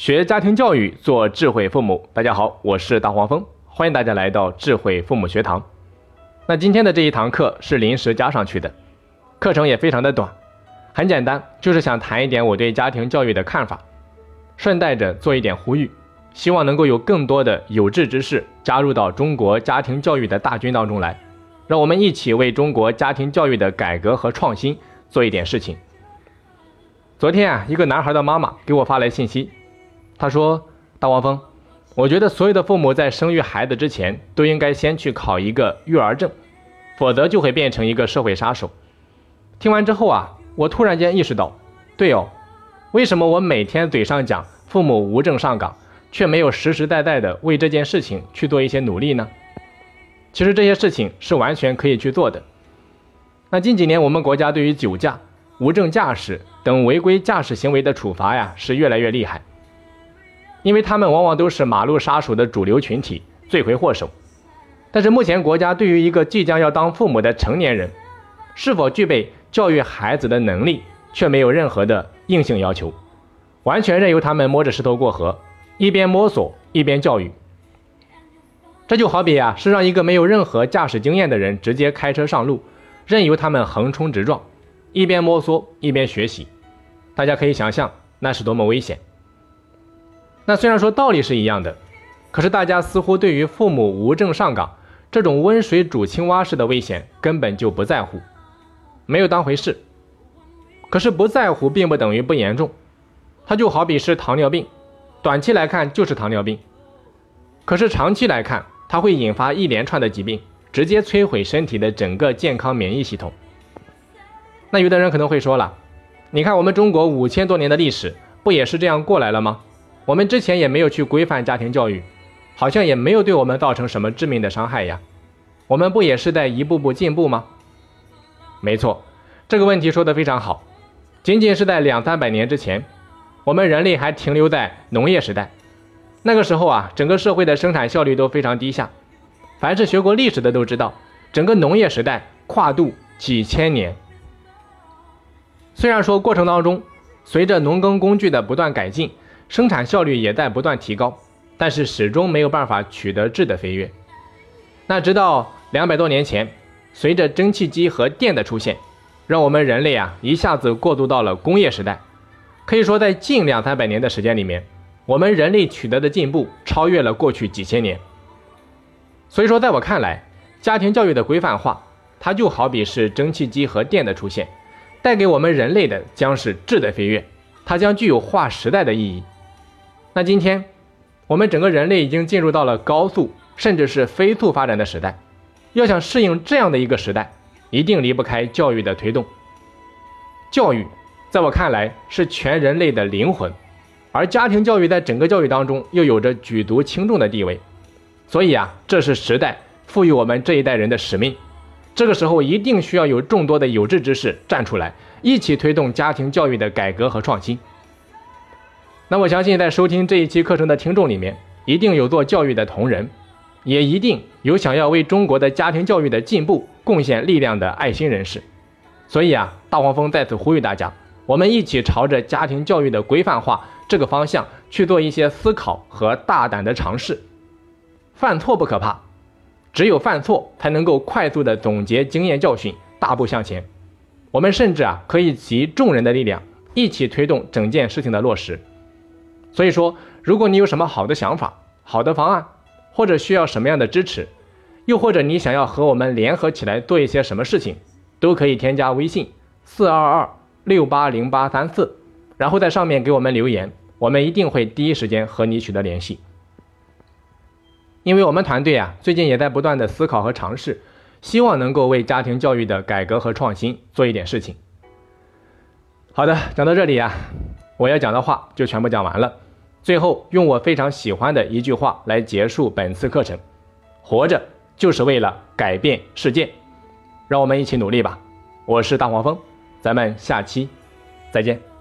学家庭教育，做智慧父母。大家好，我是大黄蜂，欢迎大家来到智慧父母学堂。那今天的这一堂课是临时加上去的，课程也非常的短，很简单，就是想谈一点我对家庭教育的看法，顺带着做一点呼吁，希望能够有更多的有志之士加入到中国家庭教育的大军当中来，让我们一起为中国家庭教育的改革和创新做一点事情。昨天一个男孩的妈妈给我发来信息，他说：大黄蜂，我觉得所有的父母在生育孩子之前都应该先去考一个育儿证，否则就会变成一个社会杀手。听完之后我突然间意识到，对哦，为什么我每天嘴上讲父母无证上岗，却没有实实在在的为这件事情去做一些努力呢？其实这些事情是完全可以去做的。那近几年我们国家对于酒驾、无证驾驶等违规驾驶行为的处罚是越来越厉害，因为他们往往都是马路杀手的主流群体，罪魁祸首。但是目前国家对于一个即将要当父母的成年人，是否具备教育孩子的能力，却没有任何的硬性要求，完全任由他们摸着石头过河，一边摸索一边教育。这就好比是让一个没有任何驾驶经验的人直接开车上路，任由他们横冲直撞，一边摸索一边学习。大家可以想象那是多么危险。那虽然说道理是一样的，可是大家似乎对于父母无证上岗这种温水煮青蛙式的危险根本就不在乎，没有当回事。可是不在乎并不等于不严重，它就好比是糖尿病，短期来看就是糖尿病，可是长期来看它会引发一连串的疾病，直接摧毁身体的整个健康免疫系统。那有的人可能会说了，你看我们中国5000多年的历史不也是这样过来了吗？我们之前也没有去规范家庭教育，好像也没有对我们造成什么致命的伤害呀，我们不也是在一步步进步吗？没错，这个问题说得非常好。仅仅是在200-300年之前，我们人类还停留在农业时代，那个时候整个社会的生产效率都非常低下。凡是学过历史的都知道，整个农业时代跨度几千年。虽然说过程当中随着农耕工具的不断改进，生产效率也在不断提高，但是始终没有办法取得质的飞跃。那直到200多年前，随着蒸汽机和电的出现，让我们人类一下子过渡到了工业时代。可以说在近200-300年的时间里面，我们人类取得的进步超越了过去几千年。所以说在我看来，家庭教育的规范化，它就好比是蒸汽机和电的出现，带给我们人类的将是质的飞跃，它将具有划时代的意义。那今天我们整个人类已经进入到了高速甚至是飞速发展的时代，要想适应这样的一个时代，一定离不开教育的推动。教育在我看来是全人类的灵魂，而家庭教育在整个教育当中又有着举足轻重的地位。所以这是时代赋予我们这一代人的使命。这个时候一定需要有众多的有志之士站出来，一起推动家庭教育的改革和创新。那我相信在收听这一期课程的听众里面，一定有做教育的同仁，也一定有想要为中国的家庭教育的进步贡献力量的爱心人士。所以大黄蜂在此呼吁大家，我们一起朝着家庭教育的规范化这个方向去做一些思考和大胆的尝试。犯错不可怕，只有犯错才能够快速的总结经验教训，大步向前。我们甚至可以集众人的力量，一起推动整件事情的落实。所以说，如果你有什么好的想法、好的方案，或者需要什么样的支持，又或者你想要和我们联合起来做一些什么事情，都可以添加微信422-680834，然后在上面给我们留言，我们一定会第一时间和你取得联系。因为我们团队最近也在不断的思考和尝试，希望能够为家庭教育的改革和创新做一点事情。好的，讲到这里我要讲的话就全部讲完了。最后用我非常喜欢的一句话来结束本次课程：活着就是为了改变世界。让我们一起努力吧。我是大黄蜂，咱们下期再见。